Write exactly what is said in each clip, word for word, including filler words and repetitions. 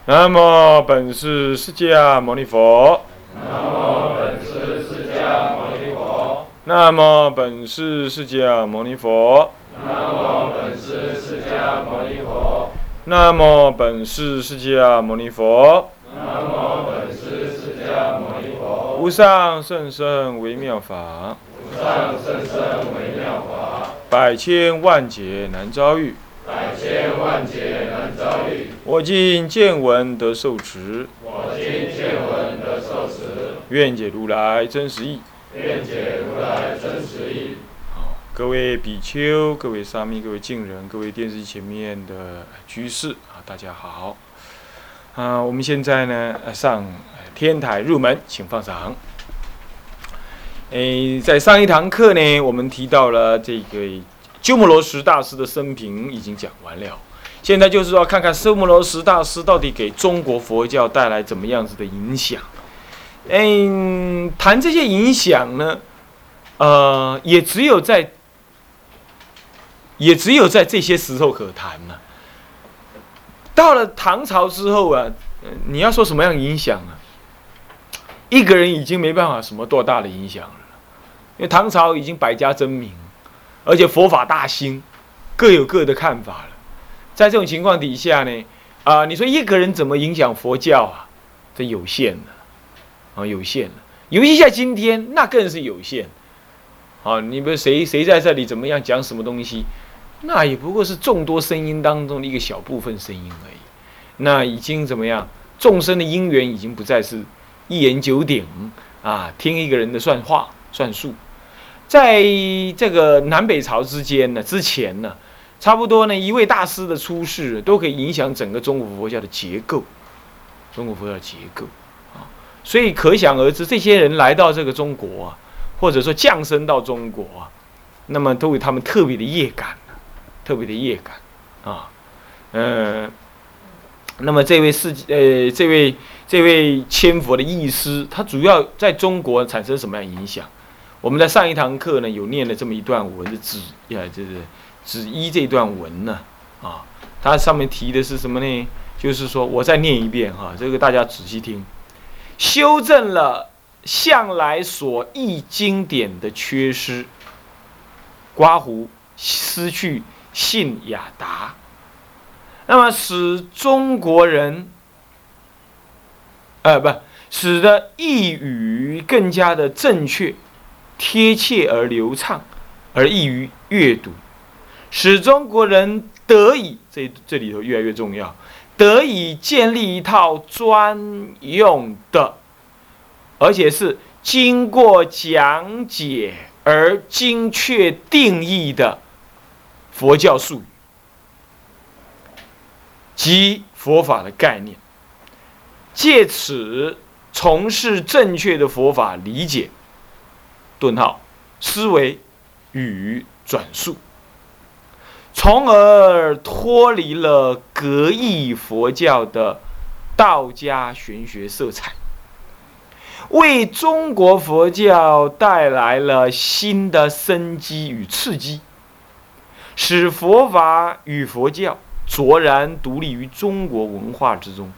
南无本师释迦牟尼佛。 南无本师释迦牟尼佛。 南无本师释迦牟尼佛。 南无本师释迦牟尼佛。 南无本师释迦牟尼佛。 南无本师释迦牟尼佛。 无上甚深微妙法， 无上甚深微妙法， 百千万劫难遭遇。 百千万劫难遭遇。 我今见闻得受持， 我今见闻得受持， 愿解如来真实义。 愿解如来真实义。 各位比丘、各位沙弥、各位敬人、各位电视前面的居士啊，大家好。啊，我们现在呢上天台入门，请放掌。诶，在上一堂课呢，我们提到了这个鸠摩罗什大师的生平已经讲完了，现在就是说看看鸠摩罗什大师到底给中国佛教带来怎么样子的影响。嗯，谈这些影响呢，呃，也只有在，也只有在这些时候可谈了。到了唐朝之后啊，呃、你要说什么样的影响啊？一个人已经没办法什么多大的影响了，因为唐朝已经百家争鸣。而且佛法大兴，各有各的看法了。在这种情况底下呢，啊、呃，你说一个人怎么影响佛教啊？这有限的，啊，有限的。尤其在今天，那更是有限。啊，你们谁谁在这里怎么样讲什么东西，那也不过是众多声音当中的一个小部分声音而已。那已经怎么样？众生的因缘已经不再是一言九鼎啊，听一个人的算话算数。在这个南北朝之间呢，之前呢，差不多呢，一位大师的出世都可以影响整个中国佛教的结构，中国佛教的结构啊，所以可想而知，这些人来到这个中国啊，或者说降生到中国啊，那么都有他们特别的业感，特别的业感啊，嗯、呃，那么这位世呃，这位这位千佛的义师，他主要在中国产生什么样的影响？我们在上一堂课呢，有念了这么一段文的子呀，就是子一这段文呢，啊，它上面提的是什么呢？就是说，我再念一遍哈，这个大家仔细听，修正了向来所译经典的缺失，刮胡失去信雅达，那么使中国人，呃，不，使得译语更加的正确。贴切而流畅，而易于阅读，使中国人得以这这里头越来越重要，得以建立一套专用的，而且是经过讲解而精确定义的佛教术语及佛法的概念，借此从事正确的佛法理解。顿号，思维与转述，从而脱离了格义佛教的道家玄学色彩，为中国佛教带来了新的生机与刺激，使佛法与佛教卓然独立于中国文化之中。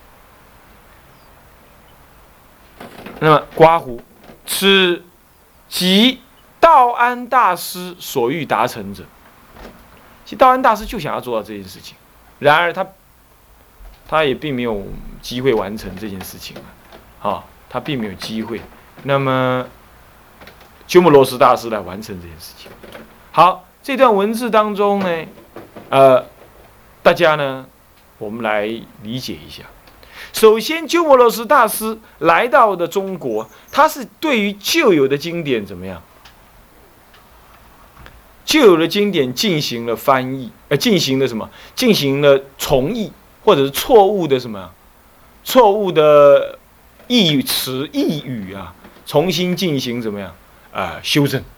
那么，刮胡吃。即道安大师所欲达成者，其实道安大师就想要做到这件事情，然而他他也并没有机会完成这件事情啊，啊，他并没有机会。那么鸠摩罗什大师来完成这件事情。好，这段文字当中呢，呃，大家呢，我们来理解一下。首先，鸠摩罗什大师来到的中国，他是对于旧有的经典怎么样？旧有的经典进行了翻译，呃，进行了什么？进行了重译，或者是错误的什么？错误的译词、译语啊，重新进行怎么样？啊、呃，修正。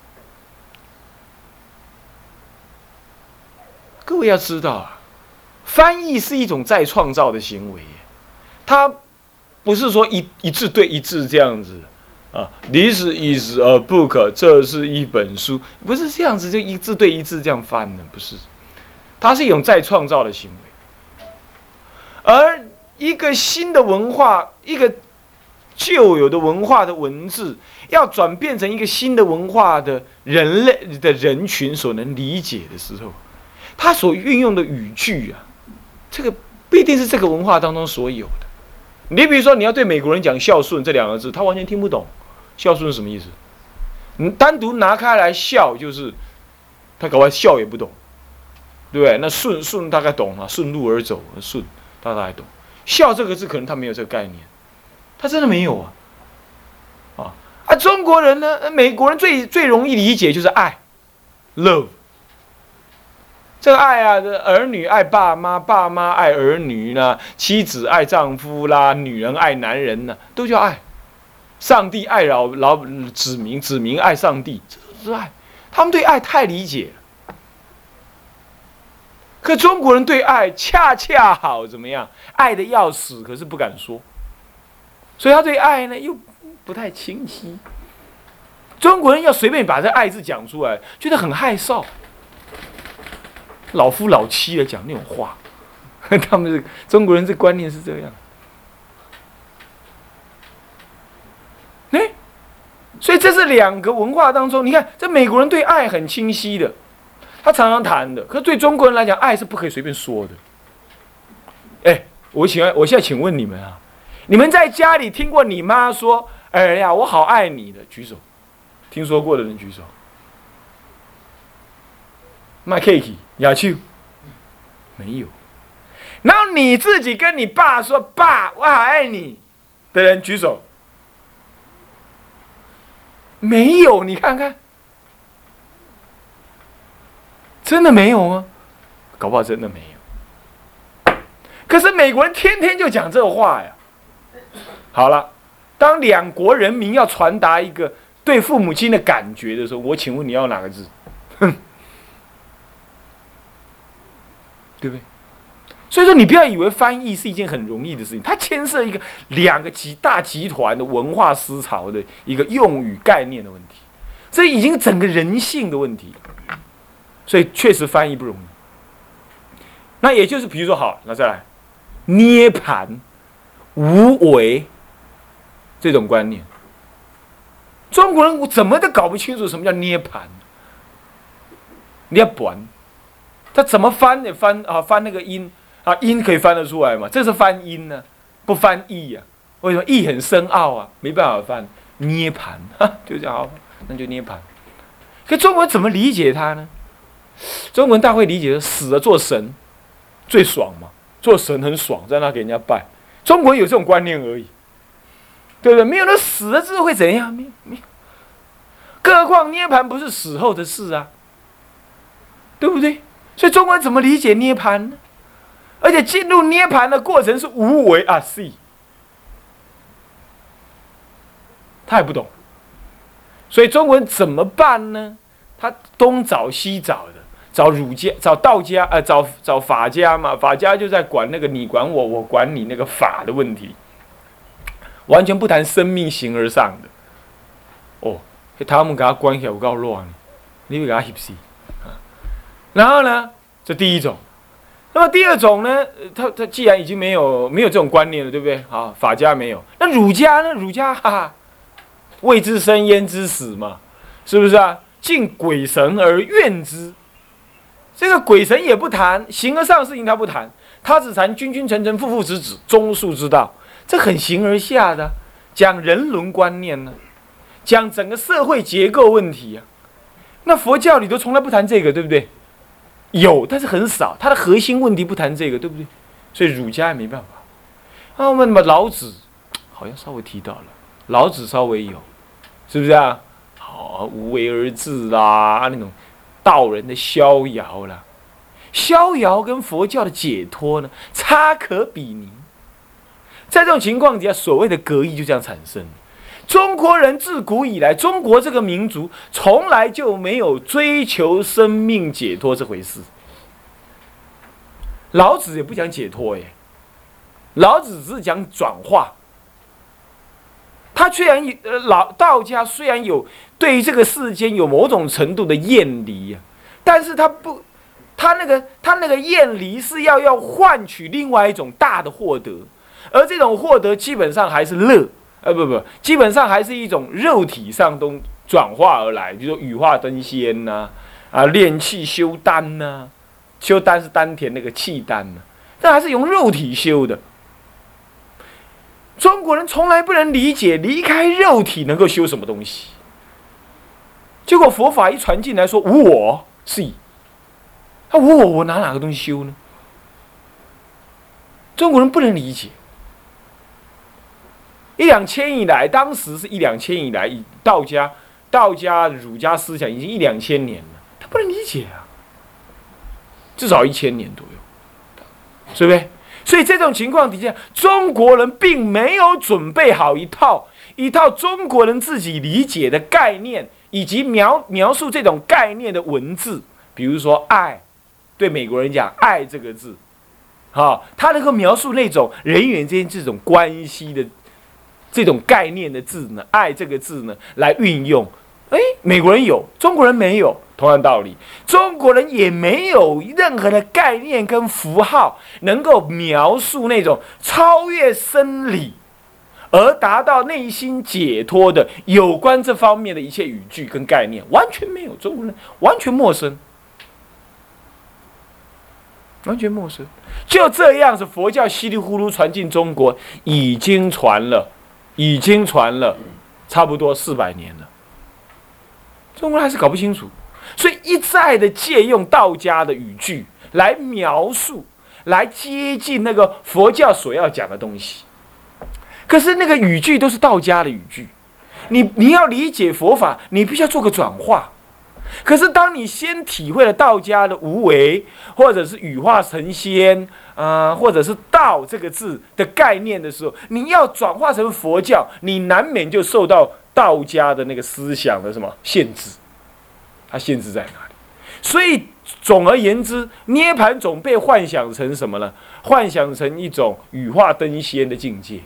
各位要知道啊，翻译是一种再创造的行为。它不是说一一字对一字这样子啊 ，This is a book， 这是一本书，不是这样子就一字对一字这样翻的，不是，它是一种再创造的行为。而一个新的文化，一个旧有的文化的文字，要转变成一个新的文化的人类的人群所能理解的时候，他所运用的语句啊，这个不一定是这个文化当中所有的。你比如说，你要对美国人讲孝顺这两个字，他完全听不懂。孝顺是什么意思？你单独拿开来孝，就是他搞完孝也不懂，对不对？那顺顺大概懂啊，顺路而走，顺大概懂。孝这个字可能他没有这个概念，他真的没有啊。啊啊！中国人呢，美国人最最容易理解就是爱 ，love。这个爱啊，儿女爱爸妈，爸妈爱儿女啦，妻子爱丈夫啦，女人爱男人呐，都叫爱。上帝爱老老子民，子民爱上帝，这都是爱。他们对爱太理解了。可中国人对爱恰恰好怎么样？爱的要死，可是不敢说，所以他对爱呢又不太清晰。中国人要随便把这爱字讲出来，觉得很害臊。老夫老妻的讲那种话，他们是中国人这观念是这样。哎，所以这是两个文化当中，你看这美国人对爱很清晰的，他常常谈的，可是对中国人来讲，爱是不可以随便说的。哎，我请问，我现在请问你们啊，你们在家里听过你妈说“哎呀，我好爱你”的，举手。听说过的人举手。卖 cake 亚秋没有。然后你自己跟你爸说“爸，我好爱你”的人举手。没有，你看看，真的没有吗？搞不好真的没有。可是美国人天天就讲这话呀。好了，当两国人民要传达一个对父母亲的感觉的时候，我请问你要哪个字？哼，对不对？所以说，你不要以为翻译是一件很容易的事情，它牵涉一个两个集大集团的文化思潮的一个用语概念的问题，这已经整个人性的问题，所以确实翻译不容易。那也就是比如说，好，那再来涅盘、无为这种观念，中国人怎么都搞不清楚什么叫涅盘。涅盘，他怎么翻也翻啊，翻那个音。啊，音可以翻得出来嘛？这是翻音呢、啊，不翻译啊？为什么译很深奥啊？没办法翻，涅盘，就这样好，那就涅盘。可中国人怎么理解它呢？中国人大会理解死了做神最爽嘛，做神很爽，在那给人家拜。中国人有这种观念而已，对不对？没有那死了之后会怎样？没有，没有。更何况涅盘不是死后的事啊，对不对？所以中国人怎么理解涅盘呢？而且进入涅盘的过程是无为啊 ，C， 他也不懂，所以中国人怎么办呢？他东找西找的，找儒家、找道家，呃，找找法家嘛，法家就在管那个你管我，我管你那个法的问题，完全不谈生命形而上的。哦，他们给他关起来有够乱，你会给他翕死啊？然后呢，这第一种。那么第二种呢？他他既然已经没有没有这种观念了，对不对？啊，法家没有，那儒家呢？儒家哈哈，未知生焉知死嘛，是不是啊？敬鬼神而怨之，这个鬼神也不谈，形而上的事情他不谈，他只谈君君臣臣父父子子忠恕之道，这很形而下的，讲人伦观念呢，讲整个社会结构问题啊。那佛教里头从来不谈这个，对不对？有，但是很少，它的核心问题不谈这个，对不对？所以儒家也没办法。啊，我们什么老子好像稍微提到了，老子稍微有，是不是啊？好，无为而治啦，那种道人的逍遥啦，逍遥跟佛教的解脱呢，差可比拟。在这种情况底下，所谓的格义就这样产生。中国人自古以来，中国这个民族从来就没有追求生命解脱这回事。老子也不讲解脱耶，老子只是讲转化。他虽然呃老道家虽然有对于这个世间有某种程度的厌离啊，但是他不，他那个他那个厌离是要要换取另外一种大的获得。 而这种获得基本上还是乐，呃不不，基本上还是一种肉体上都转化而来，比如说羽化登仙呐、啊，啊炼气修丹呐、啊，修丹是丹田那个气丹呐、啊，这还是用肉体修的。中国人从来不能理解离开肉体能够修什么东西，结果佛法一传进来说无我是以，他、啊、无我，我拿哪个东西修呢？中国人不能理解。一两千以来，当时是一两千以来，道家、道家、儒家思想已经一两千年了，他不能理解啊，至少一千年左右，是不是？所以这种情况底下，中国人并没有准备好一套一套中国人自己理解的概念，以及描描述这种概念的文字。比如说爱，对美国人讲爱这个字，好，他能够描述那种人与人之间这种关系的这种概念的字呢，爱这个字呢来运用。哎，美国人有，中国人没有。同样道理，中国人也没有任何的概念跟符号能够描述那种超越生理而达到内心解脱的有关这方面的一切语句跟概念，完全没有，中国人完全陌生，完全陌生。就这样子，佛教稀里糊涂传进中国，已经传了，已经传了差不多四百年了，中国人还是搞不清楚。所以一再的借用道家的语句来描述，来接近那个佛教所要讲的东西。可是那个语句都是道家的语句，你你要理解佛法，你必须要做个转化。可是当你先体会了道家的无为，或者是羽化成仙，啊、呃，或者是道这个字的概念的时候，你要转化成佛教，你难免就受到道家的那个思想的什么限制。它限制在哪里？所以总而言之，涅槃总被幻想成什么呢？幻想成一种羽化登仙的境界。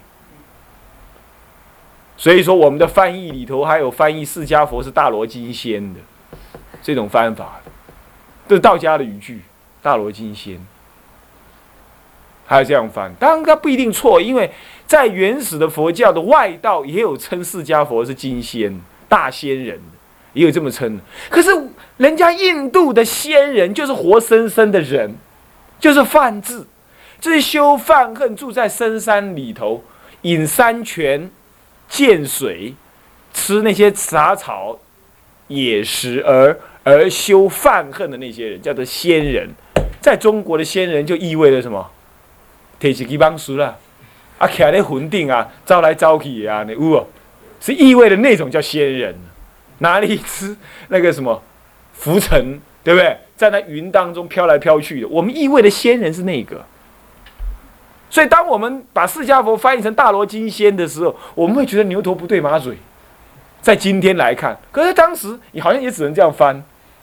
所以说，我们的翻译里头还有翻译释迦佛是大罗金仙的这种翻法，这是道家的语句，大罗金仙，还有这样翻。当然，它不一定错，因为在原始的佛教的外道也有称释迦佛是金仙、大仙人。也有这么称的，可是人家印度的仙人就是活生生的人，就是梵志，就是修梵恨，住在深山里头，饮山泉、见水，吃那些杂草、野食而而修梵恨的那些人，叫做仙人。在中国的仙人就意味着什么？提起一帮书啦，啊，徛在坟顶啊，招来招去啊，你有哦，是意味着那种叫仙人。拿了一只那个什么浮尘，对不对？在那云当中飘来飘去的，我们意味的仙人是那个。所以，当我们把释迦佛翻译成大罗金仙的时候，我们会觉得牛头不对马嘴。在今天来看，可是当时你好像也只能这样翻，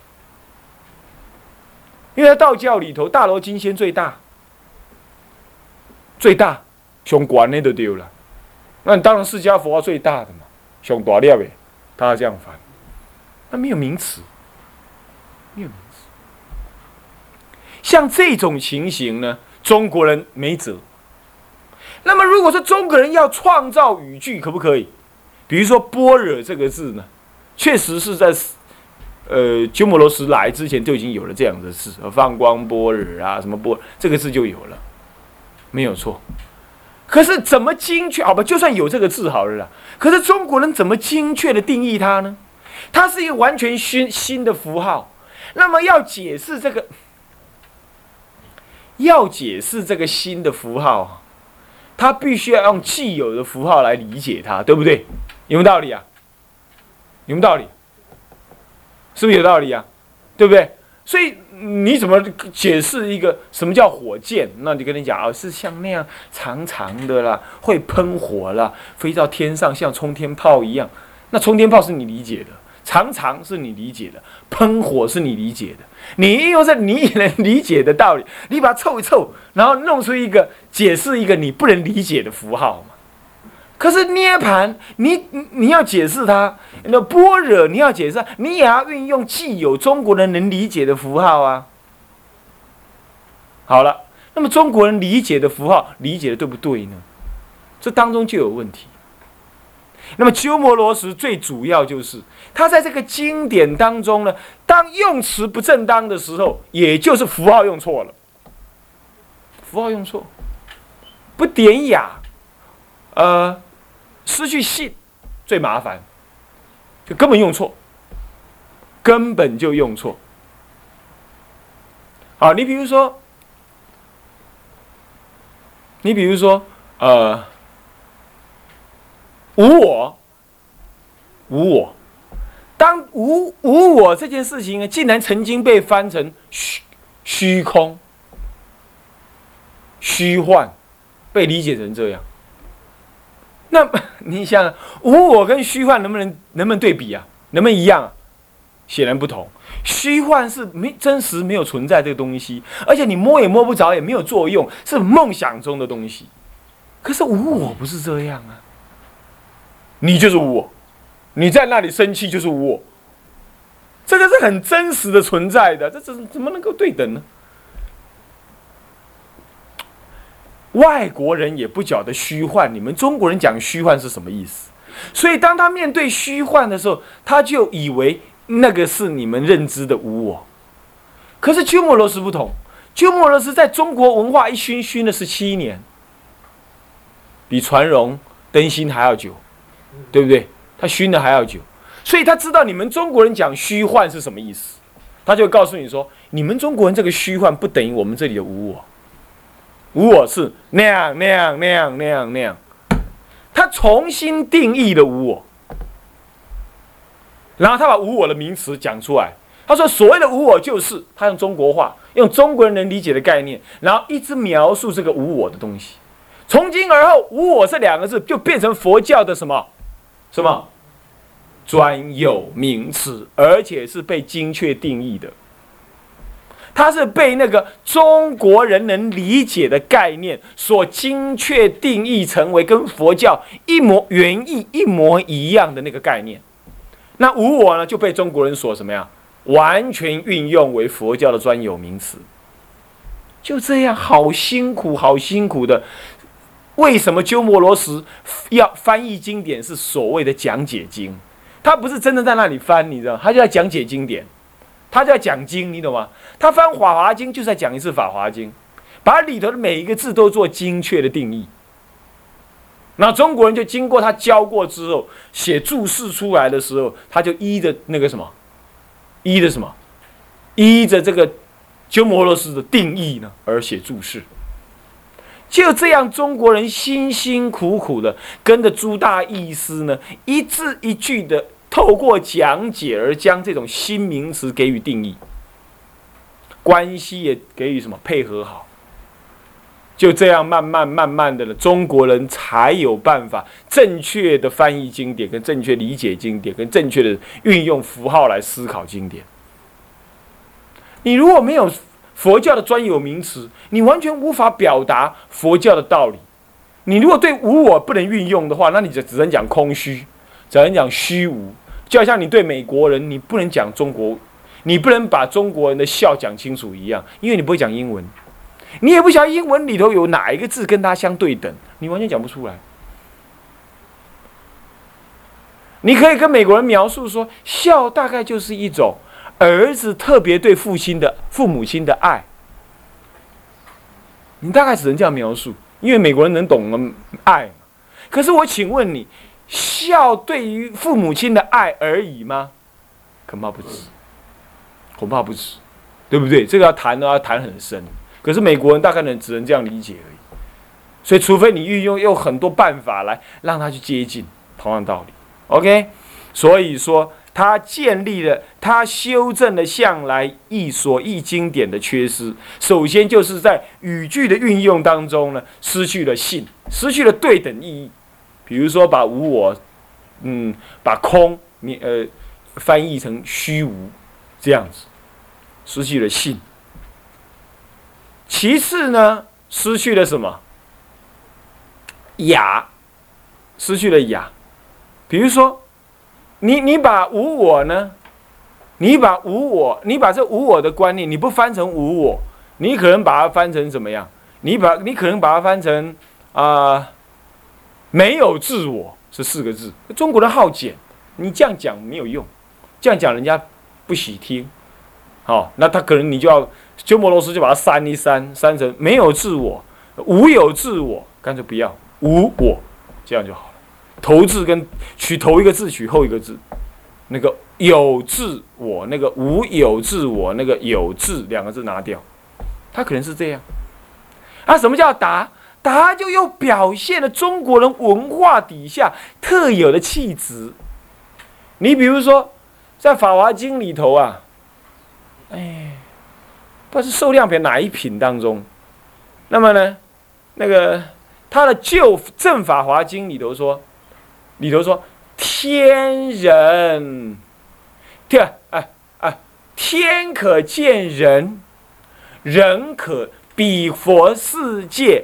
因为在道教里头，大罗金仙最大，最大，上悬的就对了。那当然释迦佛最大的嘛，上大粒的。他这样翻，那没有名词，没有名词。像这种情形呢，中国人没辙。那么，如果说中国人要创造语句，可不可以？比如说“般若”这个字呢，确实是在呃鸠摩罗什来之前就已经有了这样的字，放光般若啊，什么般这个字就有了，没有错。可是怎么精确？好吧，就算有这个字好了啦。可是中国人怎么精确的定义它呢？它是一个完全新新的符号。那么要解释这个，要解释这个新的符号，它必须要用既有的符号来理解它，对不对？有没有道理啊？有没有道理？是不是有道理啊？对不对？所以你怎么解释一个什么叫火箭？那就跟你讲啊，是像那样长长的啦，会喷火啦，飞到天上像冲天炮一样。那冲天炮是你理解的，长长是你理解的，喷火是你理解的。你用在你也能理解的道理，你把它凑一凑，然后弄出一个解释一个你不能理解的符号嘛。可是涅槃，你你要解释它，那般若你要解释，你也要运用既有中国人能理解的符号啊。好了，那么中国人理解的符号，理解的对不对呢？ 这当中就有问题。那么鸠摩罗什最主要就是他在这个经典当中呢，当用词不正当的时候，也就是符号用错了，符号用错，不典雅，呃，失去性，最麻烦，就根本用错，根本就用错。好，你比如说，你比如说，呃。无我，无我。当无无我这件事情呢，竟然曾经被翻成虚虚空、虚幻，被理解成这样。那你想，无我跟虚幻能不能能不能对比啊？能不能一样啊？显然不同。虚幻是没真实没有存在这个东西，而且你摸也摸不着，也没有作用，是梦想中的东西。可是无我不是这样啊。你就是无我，你在那里生气就是无我，这个是很真实的存在的，这怎怎么能够对等呢？外国人也不晓得虚幻，你们中国人讲虚幻是什么意思？所以当他面对虚幻的时候，他就以为那个是你们认知的无我。可是鸠摩罗什不同，鸠摩罗什在中国文化一熏熏了十七年，比传荣登心还要久。对不对？他熏的还要久，所以他知道你们中国人讲虚幻是什么意思，他就告诉你说，你们中国人这个虚幻不等于我们这里的无我，无我是那样那样那样那样那样，他重新定义了无我，然后他把无我的名词讲出来，他说所谓的无我就是他用中国话，用中国人能理解的概念，然后一直描述这个无我的东西。从今而后，无我这两个字就变成佛教的什么？什么专有名词，而且是被精确定义的。它是被那个中国人能理解的概念所精确定义成为跟佛教一模原意一模一样的那个概念。那无我呢，就被中国人所什么呀？完全运用为佛教的专有名词。就这样，好辛苦，好辛苦的。为什么鸠摩罗什要翻译经典是所谓的讲解经？他不是真的在那里翻，你知道，他就在讲解经典，他就在讲经，你懂吗？他翻《法华经》就是在讲一次《法华经》，把里头的每一个字都做精确的定义。那中国人就经过他教过之后，写注释出来的时候，他就依着那个什么，依着什么，依着这个鸠摩罗什的定义呢而写注释。就这样，中国人辛辛苦苦的跟着诸大义师呢，一字一句的透过讲解而将这种新名词给予定义，关系也给予什么配合好。就这样慢慢慢慢的呢，中国人才有办法正确的翻译经典，跟正确理解经典，跟正确的运用符号来思考经典。你如果没有佛教的专有名词，你完全无法表达佛教的道理。你如果对无我不能运用的话，那你就只能讲空虚，只能讲虚无。就好像你对美国人，你不能讲中国，你不能把中国人的笑讲清楚一样，因为你不会讲英文，你也不晓得英文里头有哪一个字跟它相对等，你完全讲不出来。你可以跟美国人描述说，笑大概就是一种儿子特别对父亲的父母亲的爱，你大概只能这样描述，因为美国人能懂爱嘛。可是我请问你，笑对于父母亲的爱而已吗？恐怕不止，恐怕不止，对不对？这个要谈的要谈很深。可是美国人大概能只能这样理解而已。所以，除非你运用用很多办法来让他去接近，同样道理。OK， 所以说。他建立了，他修正了向来译所译经典的缺失。首先就是在语句的运用当中呢，失去了性，失去了对等意义。比如说把无我，嗯，把空，呃，翻译成虚无，这样子，失去了性。其次呢，失去了什么？雅，失去了雅。比如说。你你把无我呢？你把无我，你把这无我的观念，你不翻成无我，你可能把它翻成怎么样？你把你可能把它翻成啊、呃， 没有自我是四个字。中国人好简，你这样讲没有用，这样讲人家不喜听。好、哦，那他可能你就要鸠摩罗什就把它删一删，删成没有自我，无有自我，干脆不要无我，这样就好了。头字跟取头一个字，取后一个字，那个有自我，那个无有自我，那个有自两个字拿掉，他可能是这样。啊，什么叫达？达就又表现了中国人文化底下特有的气质。你比如说，在《法华经》里头啊，哎，不知道是寿量品哪一品当中，那么呢，那个他的旧正法华经里头说，里头说天人，天哎哎，天可见人，人可比佛世界，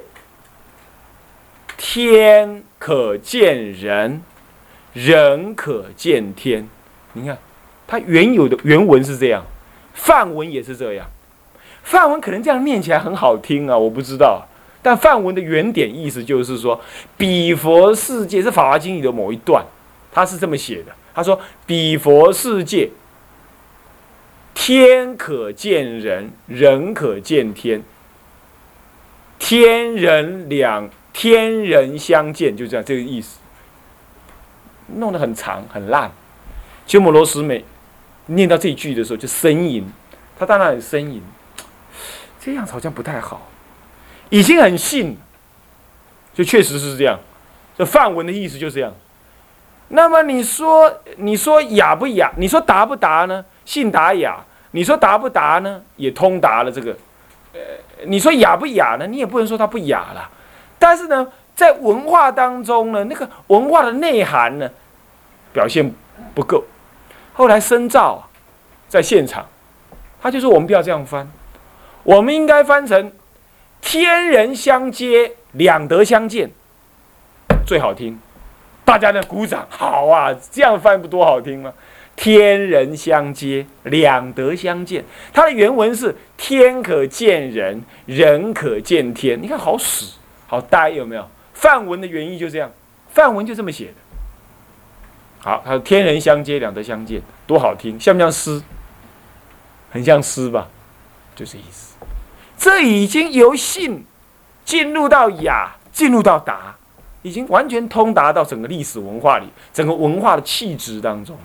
天可见人，人可见天。你看，它原有的原文是这样，梵文也是这样。梵文可能这样念起来很好听啊，我不知道。但梵文的原点意思就是说，比佛世界是《法华经》里的某一段，他是这么写的。他说：“比佛世界，天可见人，人可见天，天人两天人相见，就这样这个意思。”弄得很长很烂。鸠摩罗什每念到这一句的时候就呻吟，他当然很呻吟，这样好像不太好。已经很信，就确实是这样。这梵文的意思就是这样。那么你说，你说雅不雅？你说达不达呢？信达雅。你说达不达呢？也通达了这个。呃，你说雅不雅呢？你也不能说它不雅了。但是呢，在文化当中呢，那个文化的内涵呢，表现不够。后来深造啊，在现场，他就说我们不要这样翻，我们应该翻成天人相接，两德相见，最好听。大家呢鼓掌，好啊，这样翻不多好听吗？天人相接，两德相见。它的原文是天可见人，人可见天。你看好死，好呆，有没有？梵文的原意就这样，梵文就这么写的。好，它天人相接，两德相见，多好听，像不像诗？很像诗吧，就这意思。这已经由信进入到雅，进入到达，已经完全通达到整个历史文化里，整个文化的气质当中。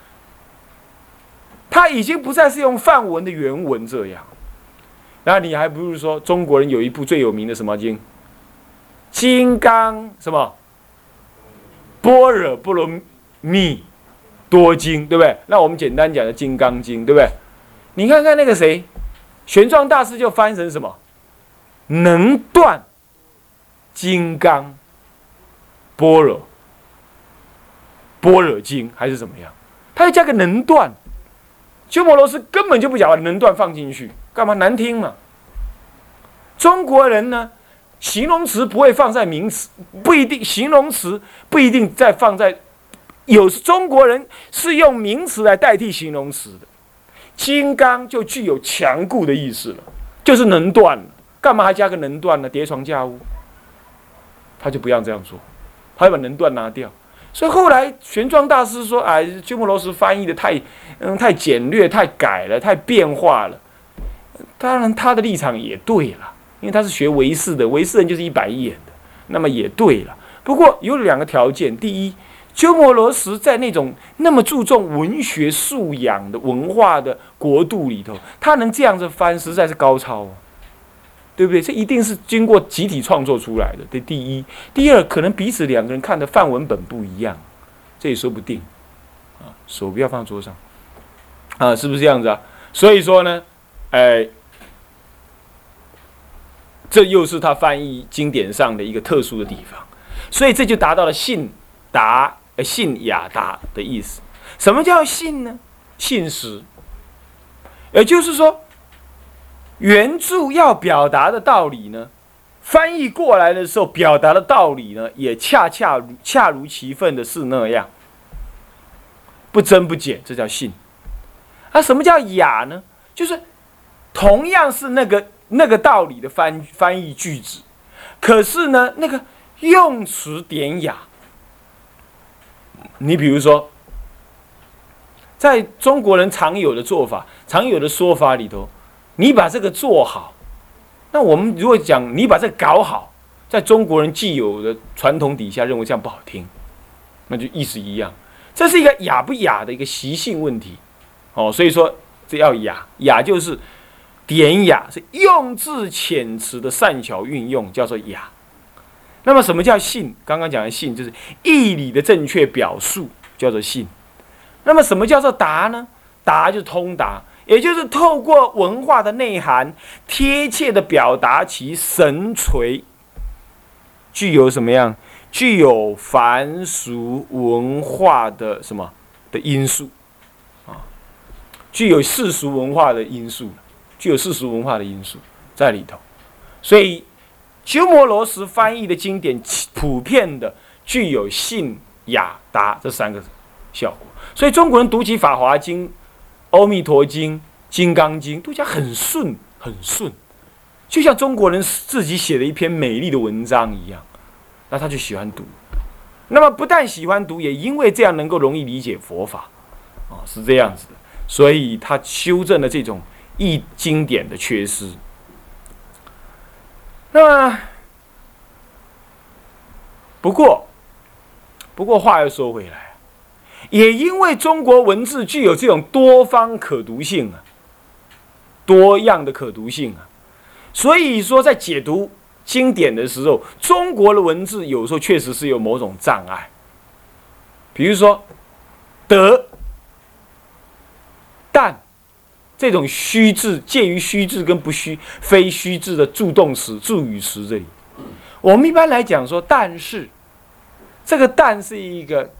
它已经不再是用梵文的原文这样。那你还不如说中国人有一部最有名的什么经？金刚什么？般若波罗蜜多经，对不对？那我们简单讲的《金刚经》，对不对？你看看那个谁，玄奘大师就翻成什么？能断金刚般若般若经还是怎么样？他就加个能断。鸠摩罗什根本就不想把能断放进去，干嘛？难听嘛。中国人呢，形容词不会放在名词，不一定形容词不一定再放在，有中国人是用名词来代替形容词的。金刚就具有强固的意思了，就是能断了，干嘛还加个能断呢？叠床架屋，他就不要这样做，他要把能断拿掉。所以后来玄奘大师说：“哎，鸠摩罗什翻译的太，嗯，太简略，太改了，太变化了。”当然，他的立场也对了，因为他是学唯识的，唯识人就是一板一眼的，那么也对了。不过有两个条件：第一，鸠摩罗什在那种那么注重文学素养的文化的国度里头，他能这样子翻，实在是高超啊。对不对？这一定是经过集体创作出来的。这第一，第二，可能彼此两个人看的范文本不一样，这也说不定。啊，手不要放桌上，啊，是不是这样子啊？所以说呢，哎，这又是他翻译经典上的一个特殊的地方。所以这就达到了信达、呃信雅达的意思。什么叫信呢？信实，也就是说。原著要表达的道理呢，翻译过来的时候表达的道理呢，也恰恰如恰如其分的是那样，不增不减，这叫信。啊，什么叫雅呢？就是同样是那个那个道理的翻翻译句子，可是呢，那个用词典雅。你比如说，在中国人常有的做法、常有的说法里头，你把这个做好，那我们如果讲你把这个搞好，在中国人既有的传统底下，认为这样不好听，那就意思一样。这是一个雅不雅的一个习性问题，哦，所以说这要雅，雅就是典雅，是用字遣词的善巧运用，叫做雅。那么什么叫信？刚刚讲的信就是义理的正确表述，叫做信。那么什么叫做达呢？达就是通达，也就是透过文化的内涵，贴切的表达其神髓，具有什么样？具有凡俗文化的什么的因素啊？具有世俗文化的因素，具有世俗文化的因素在里头。所以鸠摩罗什翻译的经典，普遍的具有信、雅、达这三个效果。所以中国人读起《法华经》、《阿弥陀经》、《金刚经》，都讲很顺，很顺，就像中国人自己写的一篇美丽的文章一样。那他就喜欢读。那么不但喜欢读，也因为这样能够容易理解佛法，啊，是这样子的。所以他修正了这种译经典的缺失。那么，不过，不过话又说回来，也因为中国文字具有这种多方可读性啊，多样的可读性啊，所以说在解读经典的时候，中国的文字有时候确实是有某种障碍。比如说“得”、“但”这种虚字，介于虚字跟不虚、非虚字的助动词、助语词这里，我们一般来讲说“但是”，这个“但”是一个